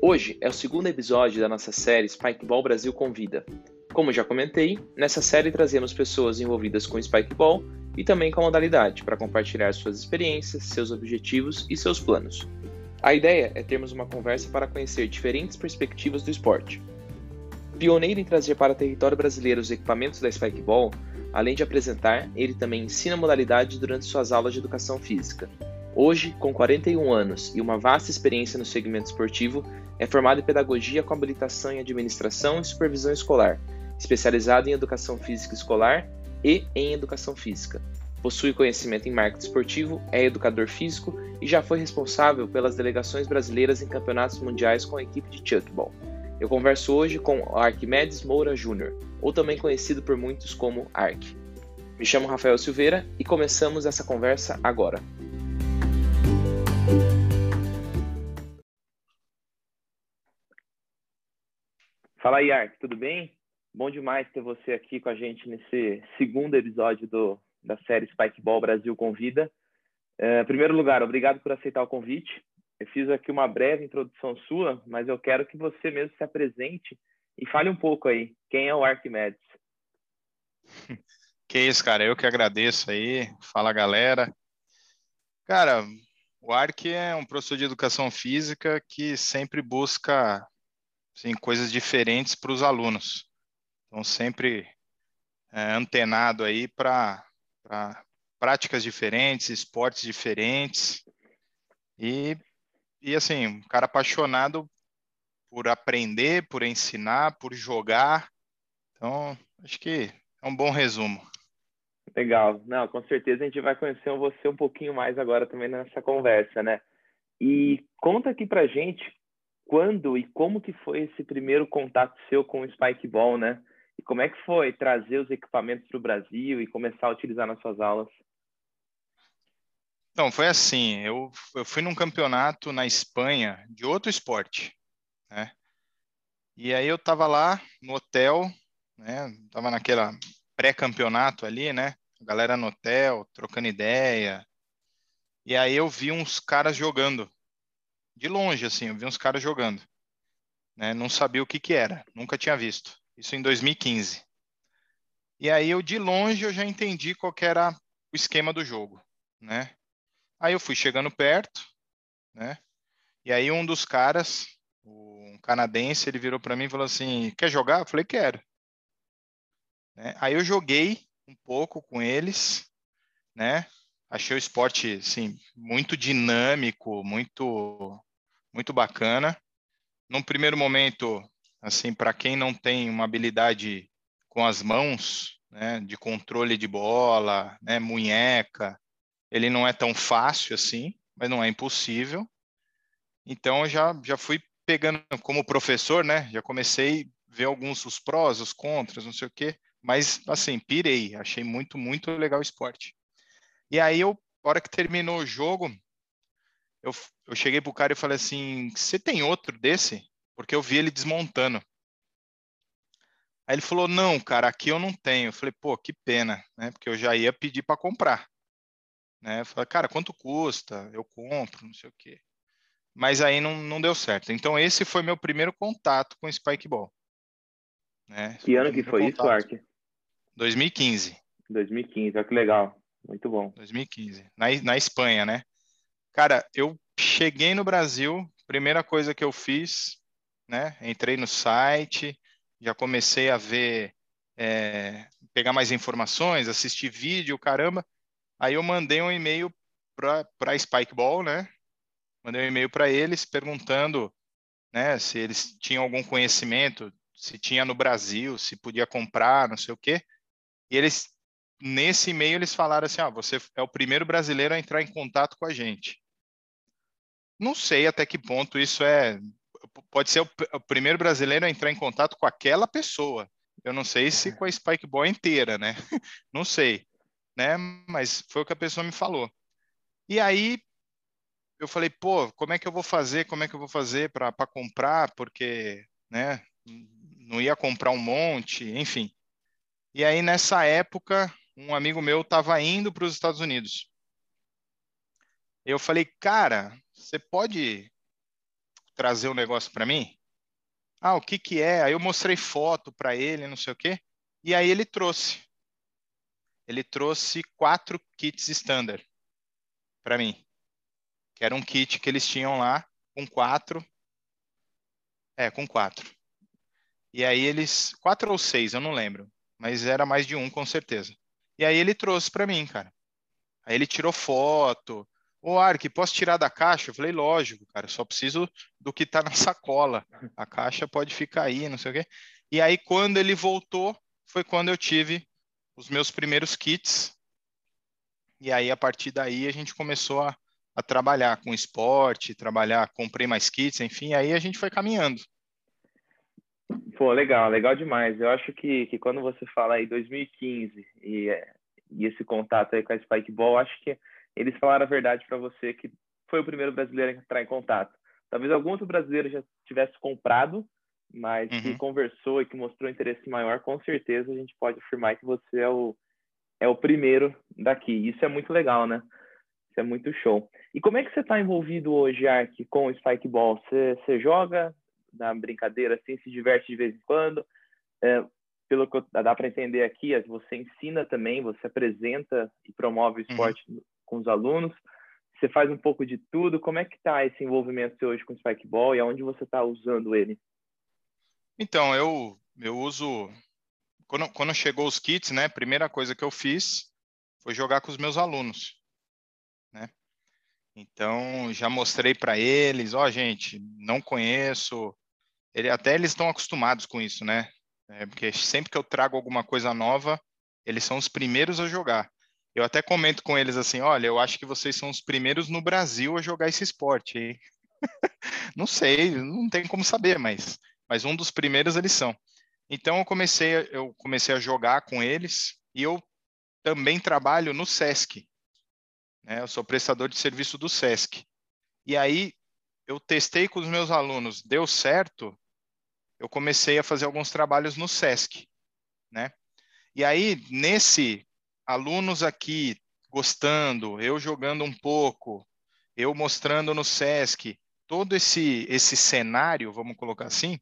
Hoje é o segundo episódio da nossa série Spikeball Brasil Convida. Como já comentei, nessa série trazemos pessoas envolvidas com Spikeball e também com a modalidade para compartilhar suas experiências, seus objetivos e seus planos. A ideia é termos uma conversa para conhecer diferentes perspectivas do esporte. Pioneiro em trazer para o território brasileiro os equipamentos da Spikeball, além de apresentar, ele também ensina a modalidade durante suas aulas de educação física. Hoje, com 41 anos e uma vasta experiência no segmento esportivo, é formado em pedagogia com habilitação em administração e supervisão escolar, especializado em educação física escolar e em educação física. Possui conhecimento em marketing esportivo, é educador físico e já foi responsável pelas delegações brasileiras em campeonatos mundiais com a equipe de Chuckball. Eu converso hoje com Arquimedes Moura Júnior, ou também conhecido por muitos como Ark. Me chamo Rafael Silveira e começamos essa conversa agora. Fala aí, Ark, tudo bem? Bom demais ter você aqui com a gente nesse segundo episódio da série Spikeball Brasil Convida. Em primeiro lugar, obrigado por aceitar o convite. Eu fiz aqui uma breve introdução sua, mas eu quero que você mesmo se apresente e fale um pouco aí. Quem é o Arquimedes? Que isso, cara, eu que agradeço aí. Fala, galera. Cara, o Ark é um professor de educação física que sempre busca assim, coisas diferentes para os alunos. Então, sempre antenado aí para práticas diferentes, esportes diferentes. E, assim, um cara apaixonado por aprender, por ensinar, por jogar. Então, acho que é um bom resumo. Legal. Não, com certeza a gente vai conhecer você um pouquinho mais agora também nessa conversa, né? E conta aqui pra gente quando e como que foi esse primeiro contato seu com o Spikeball, né? E como é que foi trazer os equipamentos para o Brasil e começar a utilizar nas suas aulas? Então, foi assim, eu fui num campeonato na Espanha de outro esporte, né? E aí eu tava lá no hotel, né? Tava naquela pré-campeonato ali, né? A galera no hotel, trocando ideia. E aí eu vi uns caras jogando, de longe, assim, eu vi uns caras jogando, né? Não sabia o que que era, nunca tinha visto. Isso em 2015. E aí eu, de longe, eu já entendi qual que era o esquema do jogo, né? Aí eu fui chegando perto, né? E aí um dos caras, um canadense, ele virou para mim e falou assim: quer jogar? Eu falei: quero. Né? Aí eu joguei um pouco com eles, né? Achei o esporte, assim, muito dinâmico, muito bacana. Num primeiro momento, assim, para quem não tem uma habilidade com as mãos, né, de controle de bola, né, munheca, ele não é tão fácil assim, mas não é impossível. Então, eu já fui pegando como professor, né? Já comecei a ver alguns os prós, os contras, não sei o quê. Mas, assim, pirei. Achei muito legal o esporte. E aí, a hora que terminou o jogo, eu, eu cheguei pro cara e falei assim, você tem outro desse? Porque eu vi ele desmontando. Aí ele falou, não, cara, aqui eu não tenho. Eu falei, pô, que pena, né? Porque eu já ia pedir para comprar, né? Eu falei, cara, quanto custa? Eu compro, não sei o quê. Mas aí não deu certo. Então, esse foi meu primeiro contato com Spikeball, né? Esse Que foi o ano que primeiro foi isso, contato. Ark? 2015. 2015. Olha que legal. Muito bom. 2015. Na Espanha, né? Cara, eu cheguei no Brasil, primeira coisa que eu fiz, né? Entrei no site, já comecei a ver, pegar mais informações, assistir vídeo, caramba. Aí eu mandei um e-mail para Spikeball, né? Mandei um e-mail para eles perguntando, né, se eles tinham algum conhecimento, se tinha no Brasil, se podia comprar, não sei o quê. E eles, nesse e-mail, eles falaram assim: você é o primeiro brasileiro a entrar em contato com a gente. Não sei até que ponto isso pode ser o primeiro brasileiro a entrar em contato com aquela pessoa. Eu não sei se com a Spikeball inteira, né? Não sei, né? Mas foi o que a pessoa me falou. E aí eu falei, pô, como é que eu vou fazer? Como é que eu vou fazer para comprar? Porque, né, não ia comprar um monte, enfim. E aí, nessa época, um amigo meu estava indo para os Estados Unidos. Eu falei, cara, você pode trazer o negócio para mim? Ah, o que que é? Aí eu mostrei foto para ele, não sei o quê. E aí ele trouxe. Ele trouxe 4 kits standard para mim, que era um kit que eles tinham lá com 4. Com 4. E aí eles, 4 ou 6, eu não lembro, mas era mais de um com certeza. E aí ele trouxe para mim, cara. Aí ele tirou foto. Ô, Ark, posso tirar da caixa? Eu falei, lógico, cara, só preciso do que tá na sacola. A caixa pode ficar aí, não sei o quê. E aí, quando ele voltou, foi quando eu tive os meus primeiros kits. E aí, a partir daí, a gente começou a trabalhar com esporte, comprei mais kits, enfim, aí a gente foi caminhando. Pô, legal, legal demais. Eu acho que quando você fala aí 2015 e esse contato aí com a Spikeball, acho que eles falaram a verdade para você que foi o primeiro brasileiro a entrar em contato. Talvez algum outro brasileiro já tivesse comprado, mas que Uhum. conversou e que mostrou interesse maior, com certeza a gente pode afirmar que você é o primeiro daqui. Isso é muito legal, né? Isso é muito show. E como é que você está envolvido hoje, Ark, com o Spikeball? Você joga na brincadeira assim, se diverte de vez em quando? É, pelo que dá para entender aqui, você ensina também, você apresenta e promove o Uhum. esporte com os alunos. Você faz um pouco de tudo. Como é que está esse envolvimento seu hoje com o Spikeball e aonde você está usando ele? Então, eu uso. Quando chegou os kits, né? A primeira coisa que eu fiz foi jogar com os meus alunos, né? Então, já mostrei para eles, ó, gente, não conheço. Até eles estão acostumados com isso, né? Porque sempre que eu trago alguma coisa nova, eles são os primeiros a jogar. Eu até comento com eles assim, olha, eu acho que vocês são os primeiros no Brasil a jogar esse esporte, hein? Não sei, não tem como saber, mas um dos primeiros eles são. Então eu comecei a jogar com eles e eu também trabalho no SESC, né? Eu sou prestador de serviço do SESC. E aí eu testei com os meus alunos, deu certo, eu comecei a fazer alguns trabalhos no SESC, né? E aí nesse alunos aqui gostando, eu jogando um pouco, eu mostrando no SESC, todo esse cenário, vamos colocar assim,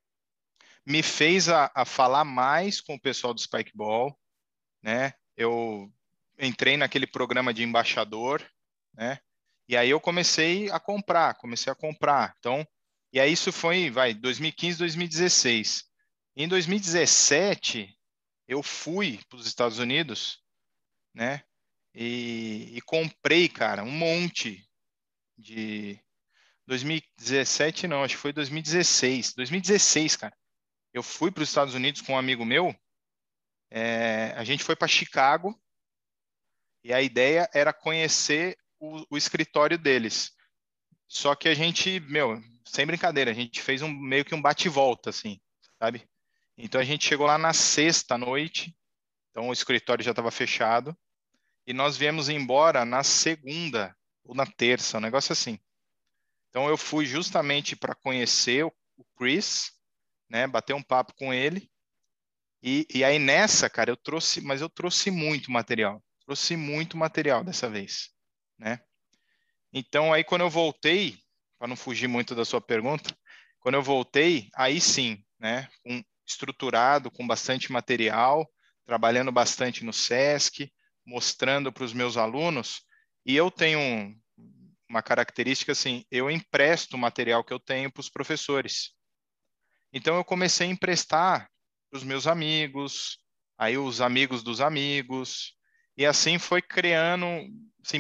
me fez a falar mais com o pessoal do Spikeball, né? Eu entrei naquele programa de embaixador, né? E aí eu comecei a comprar. Então, e aí isso foi, 2015, 2016. Em 2017, eu fui para os Estados Unidos, né? E comprei, cara, um monte de 2017, não, acho que foi 2016. 2016, cara. Eu fui para os Estados Unidos com um amigo meu. A gente foi para Chicago. E a ideia era conhecer o escritório deles. Só que a gente, meu, sem brincadeira, a gente fez meio que um bate-volta, assim, sabe? Então a gente chegou lá na sexta noite, então o escritório já estava fechado, e nós viemos embora na segunda ou na terça, um negócio assim. Então eu fui justamente para conhecer o Chris, né, bater um papo com ele, e aí nessa, cara, eu trouxe muito material dessa vez, né? Então, aí quando eu voltei, para não fugir muito da sua pergunta, quando eu voltei, aí sim, né, estruturado, com bastante material, trabalhando bastante no SESC, mostrando para os meus alunos, e eu tenho uma característica assim, eu empresto o material que eu tenho para os professores. Então, eu comecei a emprestar para os meus amigos, aí os amigos dos amigos, e assim foi criando assim,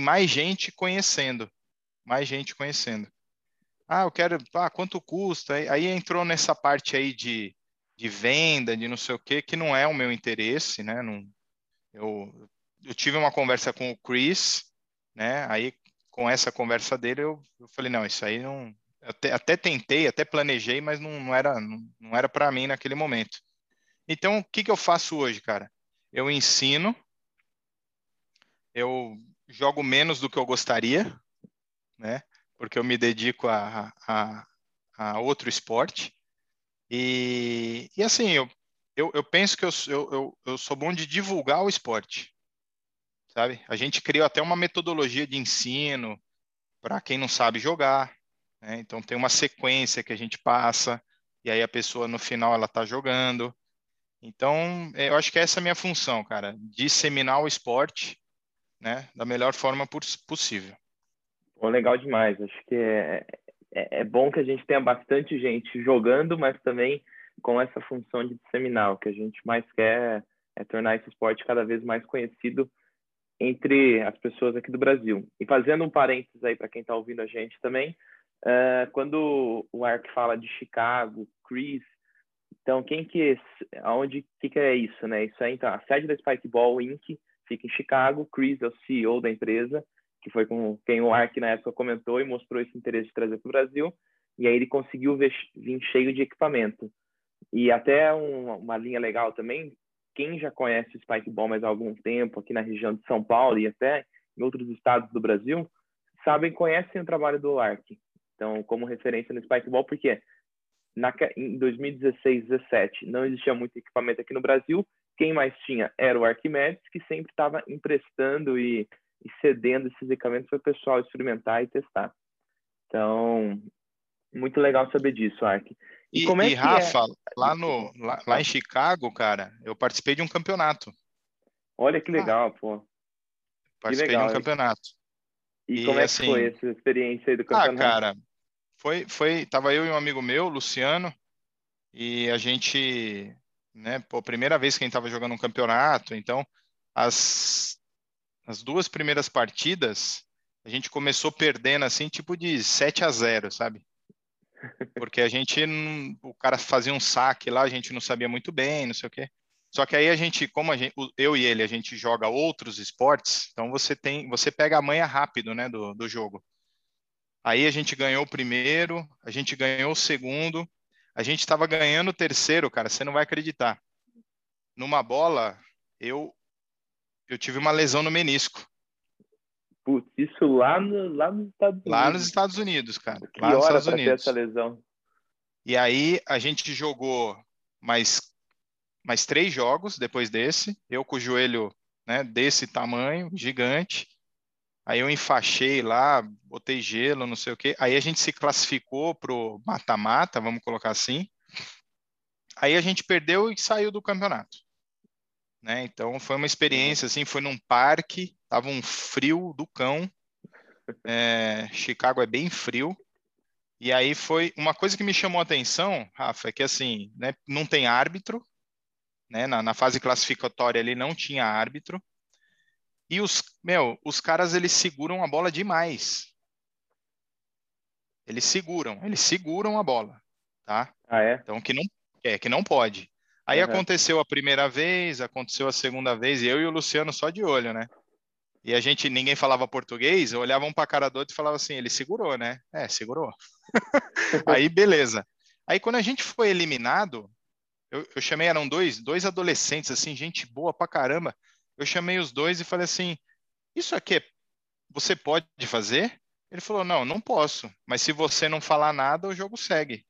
mais gente conhecendo. Ah, eu quero, quanto custa? Aí entrou nessa parte aí de venda, de não sei o quê, que não é o meu interesse, né? Não, eu tive uma conversa com o Chris, né? Aí com essa conversa dele eu falei, não, isso aí não. Até tentei, até planejei, mas não era para mim naquele momento. Então, o que que eu faço hoje, cara? Eu ensino, eu jogo menos do que eu gostaria, né? Porque eu me dedico a outro esporte. E assim, eu penso que eu sou bom de divulgar o esporte, sabe? A gente criou até uma metodologia de ensino para quem não sabe jogar, né? Então tem uma sequência que a gente passa, e aí a pessoa no final ela está jogando. Então, eu acho que essa é a minha função, cara, disseminar o esporte, né, da melhor forma possível. Pô, legal demais. Acho que é bom que a gente tenha bastante gente jogando, mas também com essa função de disseminar. O que a gente mais quer é tornar esse esporte cada vez mais conhecido entre as pessoas aqui do Brasil. E fazendo um parênteses aí para quem está ouvindo a gente também, quando o Ark fala de Chicago, Chris, então aonde, que é isso, né? Isso aí, então, a sede da Spikeball Inc. fica em Chicago, Chris é o CEO da empresa, que foi com quem o Ark na época comentou e mostrou esse interesse de trazer para o Brasil, e aí ele conseguiu vir cheio de equipamento. E até uma linha legal também, quem já conhece o Spikeball mais há algum tempo aqui na região de São Paulo e até em outros estados do Brasil, conhecem o trabalho do Ark. Então, como referência no Spikeball, porque em 2016, 2017, não existia muito equipamento aqui no Brasil. Quem mais tinha era o Arquimedes, que sempre estava emprestando e cedendo esses equipamentos para o pessoal experimentar e testar. Então, muito legal saber disso, Ark. E como é E que é? Rafa, Desculpa. lá em Chicago, cara, eu participei de um campeonato. Olha que Ah, legal, pô. Que participei de um legal. campeonato. E como E é que foi assim, essa experiência aí do campeonato? cara, tava eu e um amigo meu, Luciano, e a gente, né, pô, primeira vez que a gente tava jogando um campeonato, então as, as duas primeiras partidas a gente começou perdendo assim, tipo de 7-0, sabe? Porque a gente, o cara fazia um saque lá, a gente não sabia muito bem, não sei o quê. Só que aí a gente, eu e ele, a gente joga outros esportes, então você pega a manha rápido, né, do jogo. Aí a gente ganhou o primeiro, a gente ganhou o segundo, a gente estava ganhando o terceiro, cara, você não vai acreditar. Numa bola, eu, eu tive uma lesão no menisco, Putz, isso lá nos Estados lá nos Unidos. Estados Unidos, cara, Que lá nos hora Estados para ter essa Unidos. lesão? E aí a gente jogou mais, mais 3 jogos depois desse, eu com o joelho, né, desse tamanho, gigante. Aí eu enfaixei lá, botei gelo, não sei o quê. Aí a gente se classificou pro mata-mata, vamos colocar assim. Aí a gente perdeu e saiu do campeonato, né? Então foi uma Uhum. experiência assim, foi num parque, tava um frio do cão. Chicago é bem frio. E aí foi uma coisa que me chamou a atenção, Rafa, é que assim, né, não tem árbitro, né? Na fase classificatória ali não tinha árbitro. E os caras eles seguram a bola demais. Eles seguram a bola, tá? Ah, é? Então que não pode. Aí Uhum. aconteceu a primeira vez, aconteceu a segunda vez, e eu e o Luciano só de olho, né? E a gente, ninguém falava português, olhava um pra cara do outro e falava assim, ele segurou, né? É, segurou. Aí, beleza. Aí, quando a gente foi eliminado, eu chamei, eram dois adolescentes, assim, gente boa pra caramba. Eu chamei os dois e falei assim, isso aqui você pode fazer? Ele falou, não, não posso. Mas se você não falar nada, o jogo segue.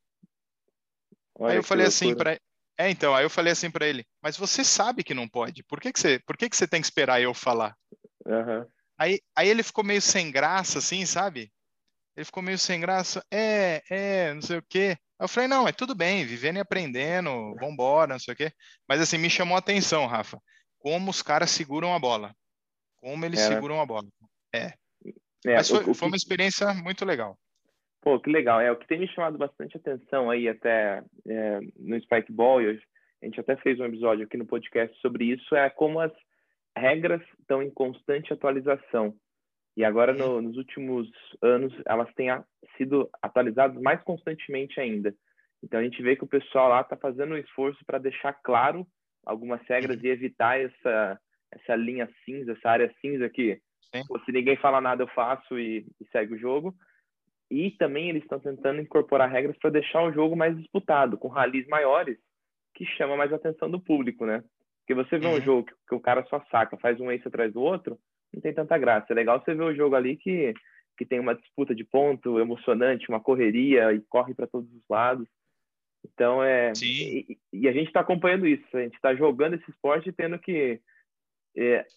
Aí Olha eu que falei assim loucura. para então, aí eu falei assim para ele, mas você sabe que não pode. Por que que você tem que esperar eu falar? Uhum. Aí ele ficou meio sem graça, assim, sabe? Ele ficou meio sem graça. Não sei o quê. Aí eu falei, não, é tudo bem, vivendo e aprendendo, vambora, não sei o quê. Mas assim, me chamou a atenção, Rafa, como os caras seguram a bola. Como eles É, né? seguram a bola. É. É, Mas o foi uma que, experiência muito legal. pô, que legal. O que tem me chamado bastante atenção aí até no Spikeball, a gente até fez um episódio aqui no podcast sobre isso, é como as regras estão em constante atualização. E agora, Uhum, nos últimos anos, elas têm sido atualizadas mais constantemente ainda. Então, a gente vê que o pessoal lá está fazendo um esforço para deixar claro algumas regras uhum, e evitar essa linha cinza, essa área cinza que, sim. pô, se ninguém fala nada, eu faço e segue o jogo. E também eles estão tentando incorporar regras para deixar o jogo mais disputado, com ralis maiores, que chama mais a atenção do público, né? Porque você vê um Uhum. jogo que o cara só saca, faz um ace atrás do outro, não tem tanta graça. É legal você ver o jogo ali que tem uma disputa de ponto emocionante, uma correria e corre para todos os lados. Então, Sim, e a gente está acompanhando isso, a gente está jogando esse esporte e tendo que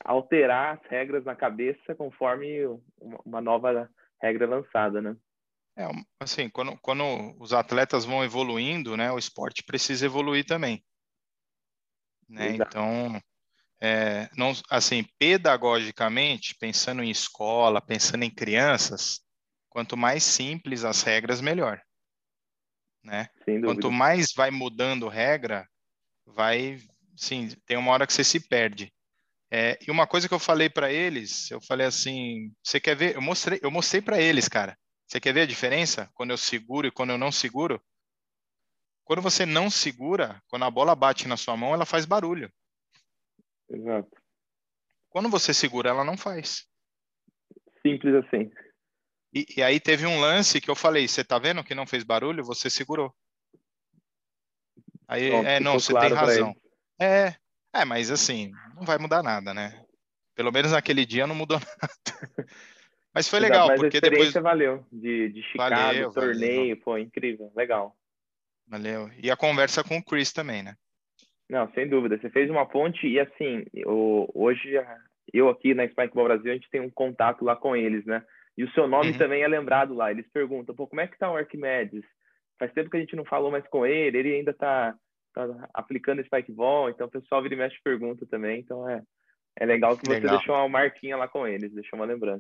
alterar as regras na cabeça conforme uma nova regra lançada, né? Assim, quando os atletas vão evoluindo, né, o esporte precisa evoluir também, né? Exato. Então, não, assim, pedagogicamente, pensando em escola, pensando em crianças, quanto mais simples as regras, melhor, né? Sem Quanto dúvida. mais vai mudando regra, vai, sim, tem uma hora que você se perde. E uma coisa que eu falei para eles, eu falei assim, você quer ver? Eu mostrei para eles, cara. Você quer ver a diferença quando eu seguro e quando eu não seguro? Quando você não segura, quando a bola bate na sua mão, ela faz barulho. Exato. Quando você segura, ela não faz. Simples assim. E aí teve um lance que eu falei, você tá vendo que não fez barulho? Você segurou. Aí, Pronto, não, ficou você tem claro para razão. eles. É, mas assim, não vai mudar nada, né? Pelo menos naquele dia não mudou nada. Mas foi Exato, legal, mas a porque depois experiência valeu. De Chicago, valeu, valeu, torneio, pô, incrível, legal. valeu. E a conversa com o Chris também, né? Não, sem dúvida. Você fez uma ponte e assim, hoje eu aqui na Spikeball Brasil, a gente tem um contato lá com eles, né? E o seu nome Uhum. também é lembrado lá. Eles perguntam, pô, como é que tá o Arquimedes? Faz tempo que a gente não falou mais com ele ainda tá aplicando Spikeball, então o pessoal vira e mexe pergunta também. Então é legal que você Legal. deixou uma marquinha lá com eles, deixou uma lembrança.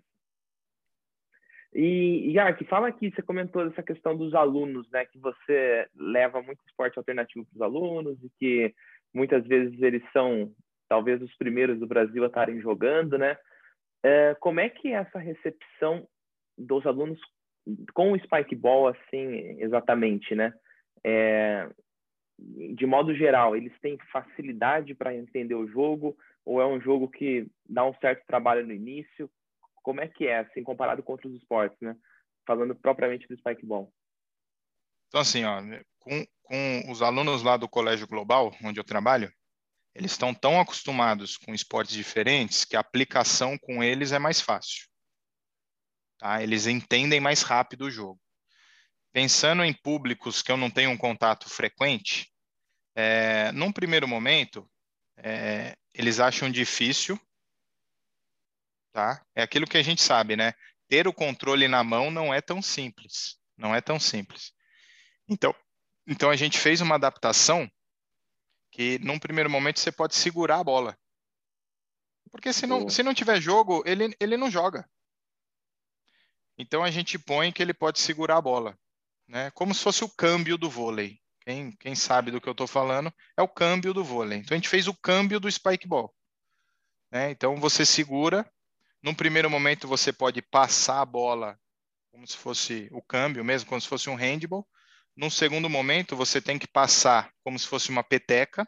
E Ark, fala aqui, você comentou dessa questão dos alunos, né? Que você leva muito esporte alternativo para os alunos e que muitas vezes eles são talvez os primeiros do Brasil a estarem jogando, né? Como é que é essa recepção dos alunos com o Spikeball, assim, exatamente, né? É, de modo geral, eles têm facilidade para entender o jogo ou é um jogo que dá um certo trabalho no início? Como é que é, assim, comparado com outros esportes, né? Falando propriamente do Spikeball. Então, assim, ó, com os alunos lá do Colégio Global, onde eu trabalho, eles estão tão acostumados com esportes diferentes que a aplicação com eles é mais fácil, tá? Eles entendem mais rápido o jogo. Pensando em públicos que eu não tenho um contato frequente, num primeiro momento, eles acham difícil, tá? É aquilo que a gente sabe, né? Ter o controle na mão não é tão simples, não é tão simples. Então, então a gente fez uma adaptação que num primeiro momento você pode segurar a bola. Porque Boa. se não tiver jogo, ele não joga. Então a gente põe que ele pode segurar a bola, né? Como se fosse o câmbio do vôlei. Quem sabe do que eu estou falando é o câmbio do vôlei. Então a gente fez o câmbio do spike ball, né? Então você segura. Num primeiro momento você pode passar a bola como se fosse o câmbio mesmo, como se fosse um handball. Num segundo momento você tem que passar como se fosse uma peteca.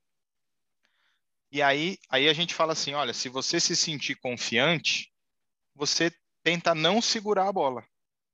E aí a gente fala assim, olha, se você se sentir confiante, você tenta não segurar a bola,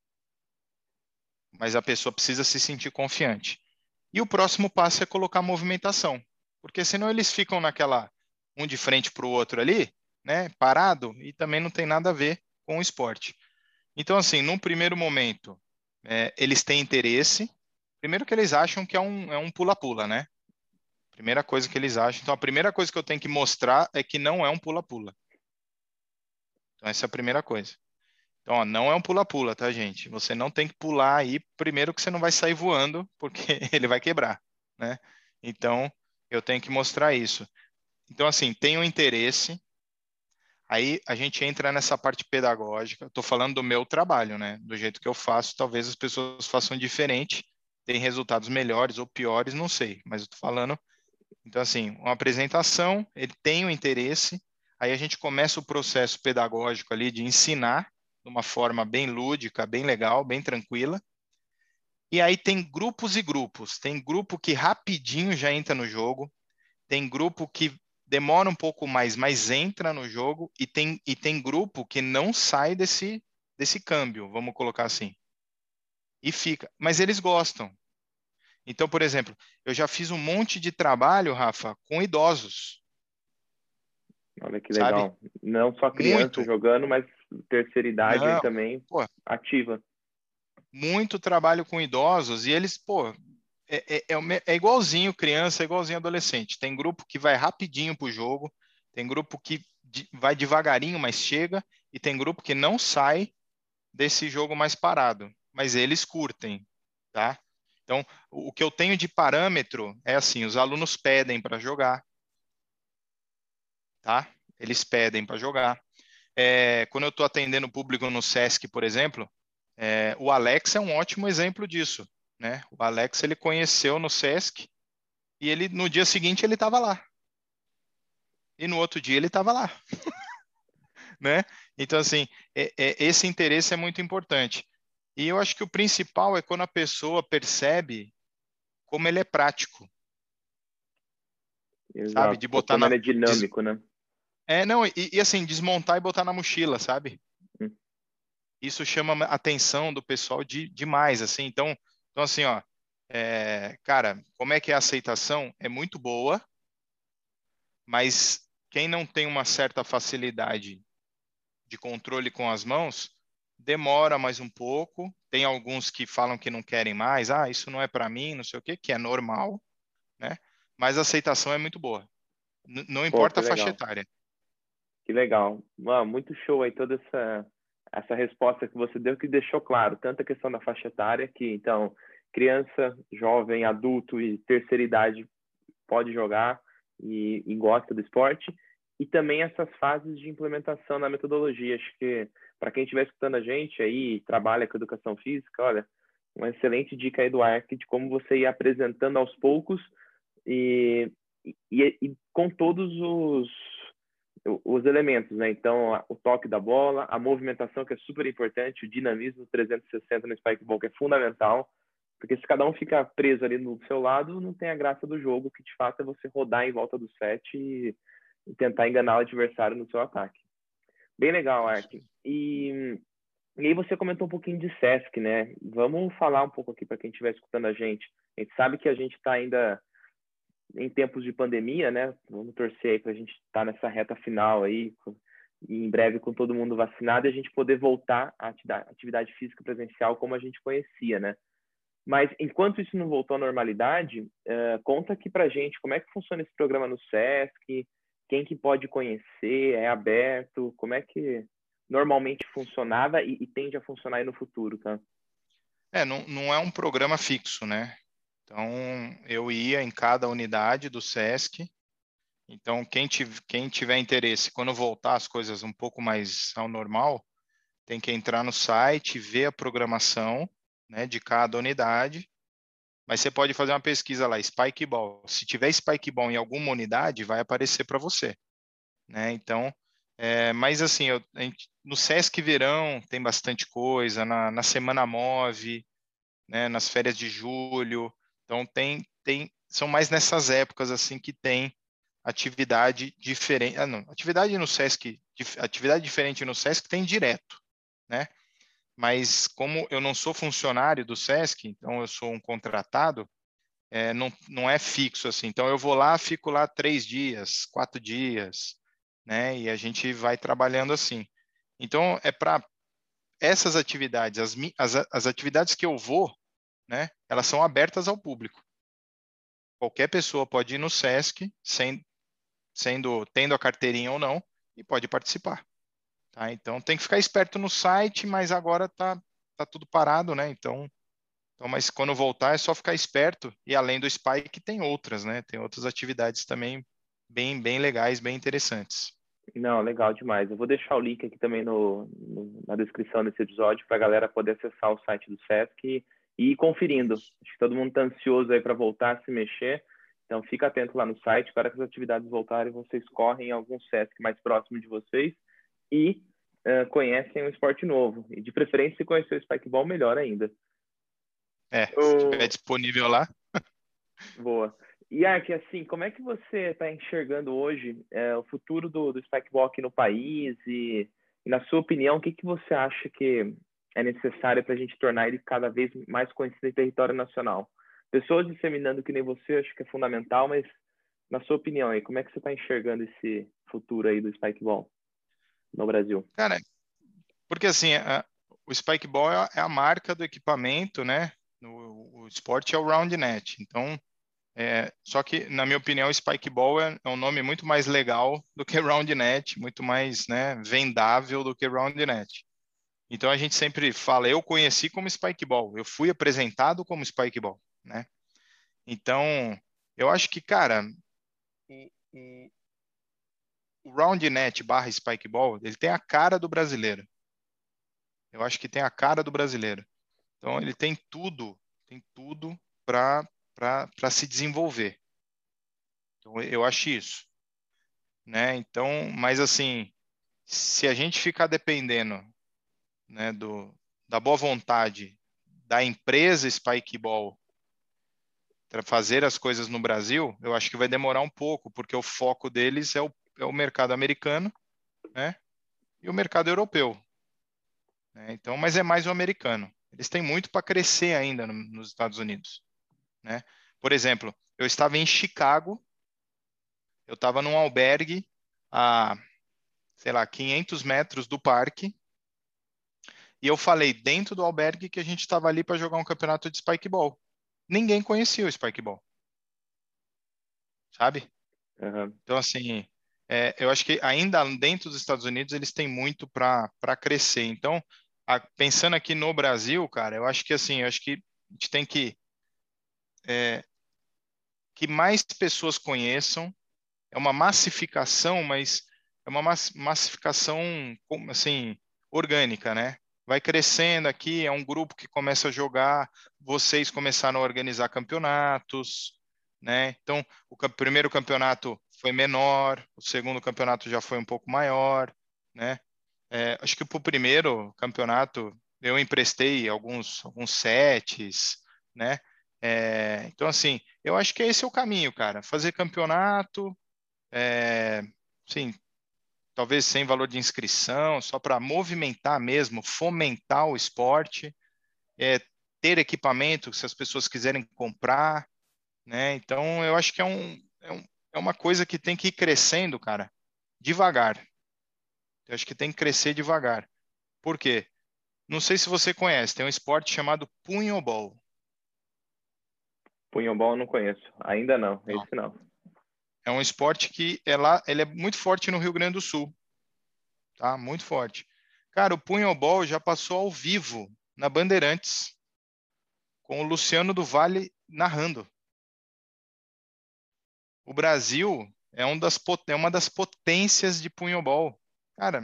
mas a pessoa precisa se sentir confiante. E o próximo passo é colocar movimentação, porque senão eles ficam naquela um de frente para o outro ali, né, parado, e também não tem nada a ver com o esporte. Então, assim, num primeiro momento, eles têm interesse. Primeiro que eles acham que é um pula-pula, né? Primeira coisa que eles acham. Então, a primeira coisa que eu tenho que mostrar é que não é um pula-pula. Então, essa é a primeira coisa. Então, ó, não é um pula-pula, tá, gente? Você não tem que pular aí, primeiro que você não vai sair voando, porque ele vai quebrar, né? Então, eu tenho que mostrar isso. Então, assim, tenho interesse, aí a gente entra nessa parte pedagógica. Estou falando do meu trabalho, né? Do jeito que eu faço, talvez as pessoas façam diferente, tem resultados melhores ou piores, não sei, mas eu estou falando. Então, assim, uma apresentação, ele tem o interesse, aí a gente começa o processo pedagógico ali de ensinar de uma forma bem lúdica, bem legal, bem tranquila. E aí tem grupos e grupos. Tem grupo que rapidinho já entra no jogo, tem grupo que demora um pouco mais, mas entra no jogo, e tem grupo que não sai desse câmbio, vamos colocar assim. E fica. Mas eles gostam. Então, por exemplo, eu já fiz um monte de trabalho, Rafa, com idosos, Olha que sabe? legal. Não só criança Muito. jogando, mas terceira idade aí Não, também pô, ativa. muito trabalho com idosos e eles, pô, é igualzinho criança, é igualzinho adolescente. Tem grupo que vai rapidinho pro jogo, tem grupo que vai devagarinho, mas chega, e tem grupo que não sai desse jogo mais parado. mas eles curtem, tá? Então, o que eu tenho de parâmetro é assim, os alunos pedem para jogar, tá? Eles pedem para jogar. Quando eu estou atendendo o público no Sesc, por exemplo, o Alex é um ótimo exemplo disso, né? O Alex, ele conheceu no Sesc e ele, no dia seguinte ele estava lá. E no outro dia ele estava lá, né? Então, assim, esse interesse é muito importante. E eu acho que o principal é quando a pessoa percebe como ele é prático, sabe? De Exato. botar Como na. ele é dinâmico, né? Não, e assim, desmontar e botar na mochila, sabe? Hum. Isso chama a atenção do pessoal demais, assim. Então assim, ó, cara, como é que é a aceitação? É muito boa, mas quem não tem uma certa facilidade de controle com as mãos, demora mais um pouco. Tem alguns que falam que não querem mais, isso não é para mim, não sei o quê, que é normal, né? Mas a aceitação é muito boa. Não Pô, importa que a faixa legal. etária. Que legal. Muito show aí toda essa resposta que você deu, que deixou claro tanto a questão da faixa etária, que então criança, jovem, adulto e terceira idade pode jogar e gosta do esporte, e também essas fases de implementação na metodologia. Acho que para quem estiver escutando a gente aí e trabalha com educação física, olha, uma excelente dica aí do Arc de como você ir apresentando aos poucos e, e com todos os elementos, né? Então, o toque da bola, a movimentação, que é super importante, o dinamismo 360 no spikeball, que é fundamental, porque se cada um fica preso ali no seu lado, não tem a graça do jogo, que de fato é você rodar em volta do set e tentar enganar o adversário no seu ataque. Bem legal, Isso. Ark. E aí você comentou um pouquinho de Sesc, né? Vamos falar um pouco aqui para quem estiver escutando a gente. A gente sabe que a gente está ainda em tempos de pandemia, né? Vamos torcer aí para a gente estar nessa reta final aí, e em breve com todo mundo vacinado, e a gente poder voltar à atividade física presencial como a gente conhecia, né? Mas enquanto isso não voltou à normalidade, conta aqui para a gente como é que funciona esse programa no Sesc, quem que pode conhecer, é aberto, como é que normalmente funcionava e tende a funcionar aí no futuro, tá? Não é um programa fixo, né? Então, eu ia em cada unidade do SESC. Então, quem tiver interesse, quando voltar as coisas um pouco mais ao normal, tem que entrar no site, ver a programação, né, de cada unidade. Mas você pode fazer uma pesquisa lá, Spikeball. Se tiver Spikeball em alguma unidade, vai aparecer para você, né? Então, mas assim, no Sesc Verão tem bastante coisa, na Semana Move, né, nas férias de julho. Então são mais nessas épocas assim que tem atividade diferente. Não, atividade diferente no Sesc tem direto, né? Mas como eu não sou funcionário do Sesc, então eu sou um contratado, não é fixo assim. Então eu vou lá, fico lá 3 dias, 4 dias, né? E a gente vai trabalhando assim. Então é para essas atividades, as atividades que eu vou, né? Elas são abertas ao público. Qualquer pessoa pode ir no Sesc, tendo a carteirinha ou não, e pode participar. Tá? Então tem que ficar esperto no site, mas agora tá tudo parado, né? Então, mas quando voltar é só ficar esperto. E além do Spike, tem outras, né? Tem outras atividades também bem legais, bem interessantes. Não, legal demais. Eu vou deixar o link aqui também na descrição desse episódio para a galera poder acessar o site do Sesc e ir conferindo. Isso. Acho que todo mundo está ansioso aí para voltar a se mexer. Então, fica atento lá no site. Para que as atividades voltarem, vocês correm em algum Sesc mais próximo de vocês e conhecem um esporte novo. E, de preferência, se conhecer o Spikeball, melhor ainda. Se tiver disponível lá. Boa. E Ark, assim, como é que você está enxergando hoje o futuro do Spikeball aqui no país e, na sua opinião, o que que você acha que é necessário para a gente tornar ele cada vez mais conhecido em território nacional? Pessoas disseminando que nem você, acho que é fundamental, mas na sua opinião aí, como é que você está enxergando esse futuro aí do Spikeball no Brasil? Cara, porque assim, o Spikeball é a marca do equipamento, né? O esporte é o round net. Então, só que, na minha opinião, o Spikeball é um nome muito mais legal do que round net, muito mais, né, vendável do que round net. Então a gente sempre fala, eu conheci como spikeball, eu fui apresentado como spikeball, né? Então, eu acho que, cara, o, o round net barra spikeball, ele tem a cara do brasileiro. Eu acho que tem a cara do brasileiro. Então ele tem tudo para se desenvolver. Então eu acho isso, né? Então, mas assim, se a gente ficar dependendo, né, da boa vontade da empresa Spikeball para fazer as coisas no Brasil, eu acho que vai demorar um pouco, porque o foco deles é o mercado americano, né? E o mercado europeu, né? Então, mas é mais o americano. Eles têm muito para crescer ainda nos Estados Unidos, né? Por exemplo, eu estava em Chicago, eu estava num albergue a, sei lá, 500 metros do parque, e eu falei dentro do albergue que a gente estava ali para jogar um campeonato de Spikeball. Ninguém conhecia o Spikeball, sabe? Aham. Então, assim, eu acho que ainda dentro dos Estados Unidos eles têm muito para crescer. Então, pensando aqui no Brasil, cara, eu acho que assim, eu acho que a gente tem é, que mais pessoas conheçam. É uma massificação, mas é uma massificação assim orgânica, né? Vai crescendo aqui, é um grupo que começa a jogar, vocês começaram a organizar campeonatos, né? Então, primeiro campeonato foi menor, o segundo campeonato já foi um pouco maior, né? Acho que para o primeiro campeonato eu emprestei alguns sets, né? Então, assim, eu acho que esse é o caminho, cara. Fazer campeonato, é, sim, talvez sem valor de inscrição, só para movimentar mesmo, fomentar o esporte, é, ter equipamento se as pessoas quiserem comprar, né? Então, eu acho que é uma coisa que tem que ir crescendo, cara, devagar. Eu acho que tem que crescer devagar. Por quê? Não sei se você conhece, tem um esporte chamado punhobol. Punhobol eu não conheço. Ainda não, Não. esse não. É um esporte que é lá, ele é muito forte no Rio Grande do Sul, tá? Muito forte. Cara, o punhobol já passou ao vivo na Bandeirantes, com o Luciano do Vale narrando. O Brasil é uma das potências de punhobol. Cara,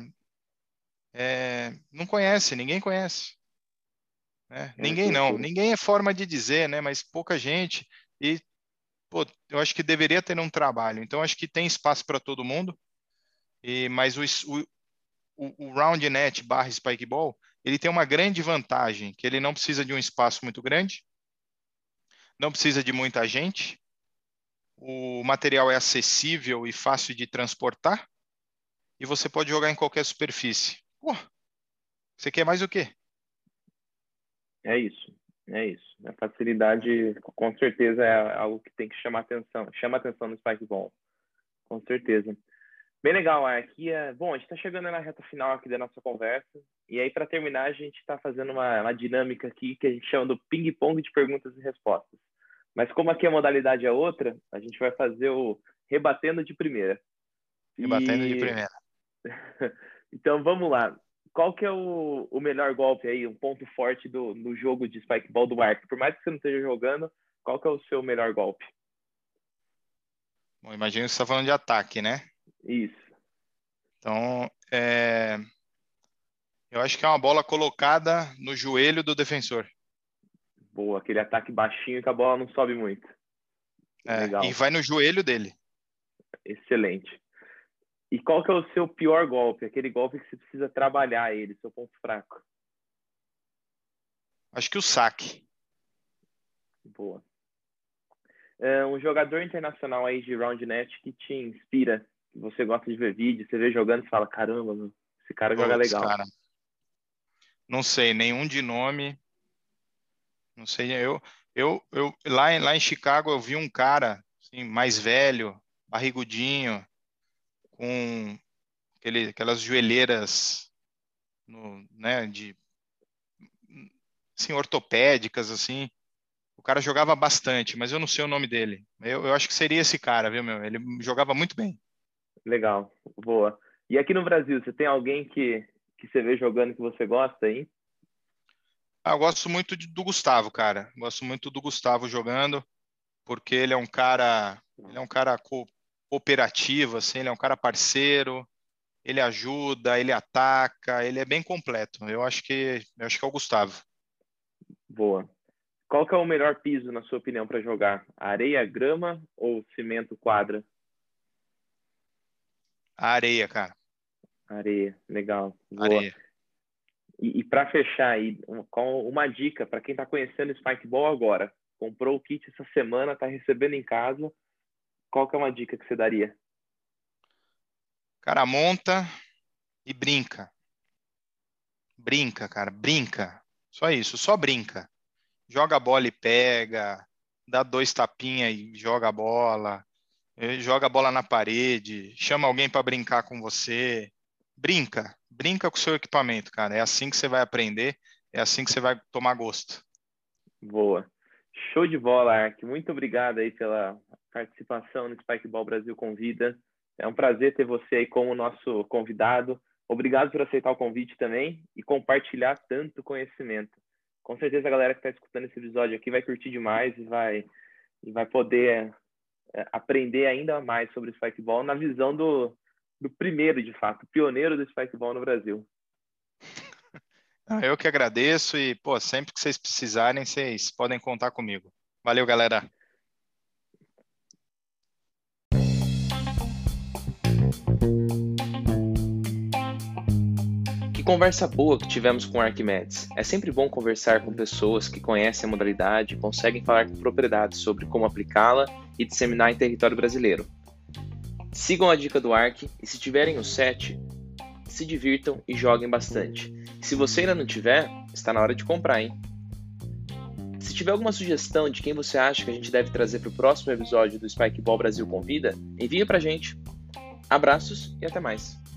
não conhece, ninguém conhece, né? Olha que Ninguém não, loucura. ninguém é forma de dizer, né? Mas pouca gente e pô, eu acho que deveria ter um trabalho. Então acho que tem espaço para todo mundo. Mas o round net barra spikeball ele tem uma grande vantagem, que ele não precisa de um espaço muito grande, não precisa de muita gente, o material é acessível e fácil de transportar e você pode jogar em qualquer superfície. Pô, você quer mais o quê? É isso, é isso. A facilidade, com certeza, é algo que tem que chamar atenção. Chama atenção no Spikeball, com certeza. Bem legal, aqui bom, a gente está chegando na reta final aqui da nossa conversa. E aí, para terminar, a gente está fazendo uma dinâmica aqui que a gente chama do ping-pong de perguntas e respostas. Mas como aqui a modalidade é outra, a gente vai fazer o rebatendo de primeira. Rebatendo de E primeira. então vamos lá. Qual que é o melhor golpe aí, um ponto forte no jogo de Spikeball do Ark? Por mais que você não esteja jogando, qual que é o seu melhor golpe? Bom, imagino que você está falando de ataque, né? Isso. Então, eu acho que é uma bola colocada no joelho do defensor. Boa, aquele ataque baixinho que a bola não sobe muito. E Legal. vai no joelho dele. Excelente. E qual que é o seu pior golpe? Aquele golpe que você precisa trabalhar ele, seu ponto fraco. Acho que o saque. Boa. Um jogador internacional aí de round net que te inspira, que você gosta de ver vídeo, você vê jogando e fala, caramba, meu, esse cara joga Putz, legal. cara, não sei, nenhum de nome. Não sei, lá em Chicago eu vi um cara assim, mais velho, barrigudinho, com aquelas joelheiras né, assim, ortopédicas, assim. O cara jogava bastante, mas eu não sei o nome dele. Eu acho que seria esse cara, viu, meu? Ele jogava muito bem. Legal, boa. E aqui no Brasil, você tem alguém que você vê jogando que você gosta aí? Eu gosto muito do Gustavo, cara. Gosto muito do Gustavo jogando, porque ele é um cara cooperativo, assim, ele é um cara parceiro, ele ajuda, ele ataca, ele é bem completo. Eu acho que é o Gustavo. Boa. Qual que é o melhor piso, na sua opinião, para jogar? Areia, grama ou cimento, quadra? A areia, cara. Areia, legal, boa. Areia. E para fechar aí, uma dica para quem está conhecendo o Spikeball agora, comprou o kit essa semana, está recebendo em casa, qual que é uma dica que você daria? Cara, monta e brinca. Brinca, cara, brinca. Só isso, só brinca. Joga a bola e pega, dá dois tapinha e joga a bola, joga a bola na parede, chama alguém para brincar com você. Brinca, brinca com o seu equipamento, cara. É assim que você vai aprender, é assim que você vai tomar gosto. Boa. Show de bola, Ark. Muito obrigado aí pela participação no Spikeball Brasil Convida. É um prazer ter você aí como nosso convidado. Obrigado por aceitar o convite também e compartilhar tanto conhecimento. Com certeza a galera que está escutando esse episódio aqui vai curtir demais e vai poder aprender ainda mais sobre o Spikeball na visão do primeiro, de fato, pioneiro do Spikeball no Brasil. Eu que agradeço e, pô, sempre que vocês precisarem, vocês podem contar comigo. Valeu, galera. Que conversa boa que tivemos com o Arquimedes. É sempre bom conversar com pessoas que conhecem a modalidade e conseguem falar com propriedade sobre como aplicá-la e disseminar em território brasileiro. Sigam a dica do Ark e se tiverem o set, se divirtam e joguem bastante. E se você ainda não tiver, está na hora de comprar, hein? Se tiver alguma sugestão de quem você acha que a gente deve trazer para o próximo episódio do Spikeball Brasil Convida, envia pra gente. Abraços e até mais!